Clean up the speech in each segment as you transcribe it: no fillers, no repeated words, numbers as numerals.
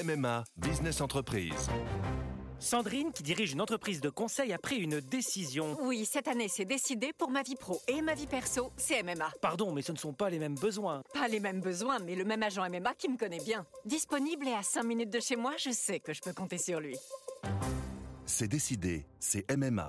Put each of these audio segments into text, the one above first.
MMA Business Entreprise. Sandrine, qui dirige une entreprise de conseil, a pris une décision. Oui, cette année, c'est décidé pour ma vie pro et ma vie perso, c'est MMA. Pardon, mais ce ne sont pas les mêmes besoins. Pas les mêmes besoins, mais le même agent MMA qui me connaît bien. Disponible et à 5 minutes de chez moi, je sais que je peux compter sur lui. C'est décidé, c'est MMA.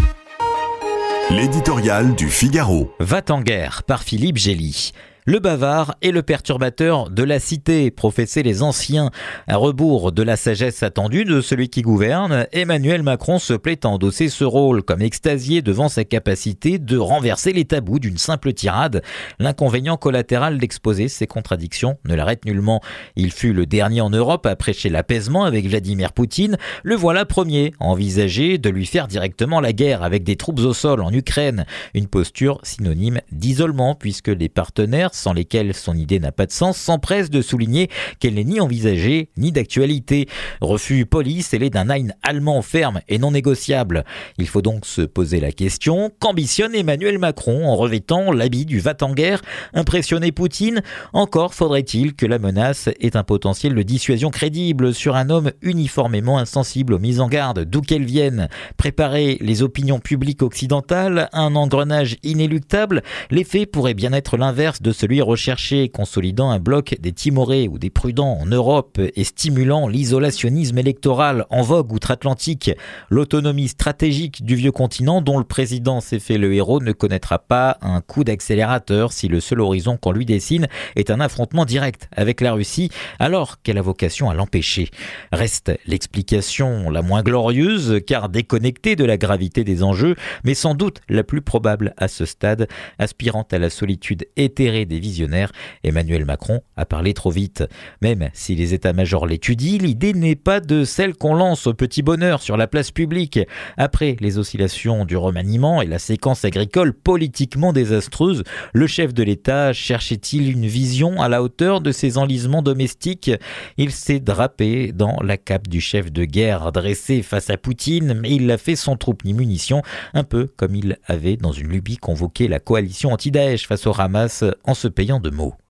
L'éditorial du Figaro. Va-t-en-guerre par Philippe Gély. Le bavard et le perturbateur de la cité, professaient les anciens. À rebours de la sagesse attendue de celui qui gouverne, Emmanuel Macron se plaît à endosser ce rôle, comme extasié devant sa capacité de renverser les tabous d'une simple tirade. L'inconvénient collatéral d'exposer ces contradictions ne l'arrête nullement. Il fut le dernier en Europe à prêcher l'apaisement avec Vladimir Poutine. Le voilà premier à envisager de lui faire directement la guerre avec des troupes au sol en Ukraine. Une posture synonyme d'isolement, puisque les partenaires sans lesquels son idée n'a pas de sens, s'empresse de souligner qu'elle n'est ni envisagée ni d'actualité. Refus poli scellé d'un Nein allemand ferme et non négociable. Il faut donc se poser la question, qu'ambitionne Emmanuel Macron en revêtant l'habit du va-t-en-guerre? Impressionner Poutine? Encore faudrait-il que la menace ait un potentiel de dissuasion crédible sur un homme uniformément insensible aux mises en garde, d'où qu'elles viennent. Préparer les opinions publiques occidentales à un engrenage inéluctable, l'effet pourrait bien être l'inverse de celui recherché, consolidant un bloc des timorés ou des prudents en Europe et stimulant l'isolationnisme électoral en vogue outre-Atlantique. L'autonomie stratégique du vieux continent, dont le président s'est fait le héros, ne connaîtra pas un coup d'accélérateur si le seul horizon qu'on lui dessine est un affrontement direct avec la Russie, alors qu'elle a vocation à l'empêcher. Reste l'explication la moins glorieuse, car déconnectée de la gravité des enjeux, mais sans doute la plus probable à ce stade, aspirant à la solitude éthérée des visionnaires. Emmanuel Macron a parlé trop vite. Même si les états-majors l'étudient, l'idée n'est pas de celle qu'on lance au petit bonheur sur la place publique. Après les oscillations du remaniement et la séquence agricole politiquement désastreuse, le chef de l'État cherchait-il une vision à la hauteur de ses enlisements domestiques? Il s'est drapé dans la cape du chef de guerre dressé face à Poutine, mais il l'a fait sans troupes ni munitions, un peu comme il avait dans une lubie convoqué la coalition anti-Daesh face au Hamas en se payant de mots.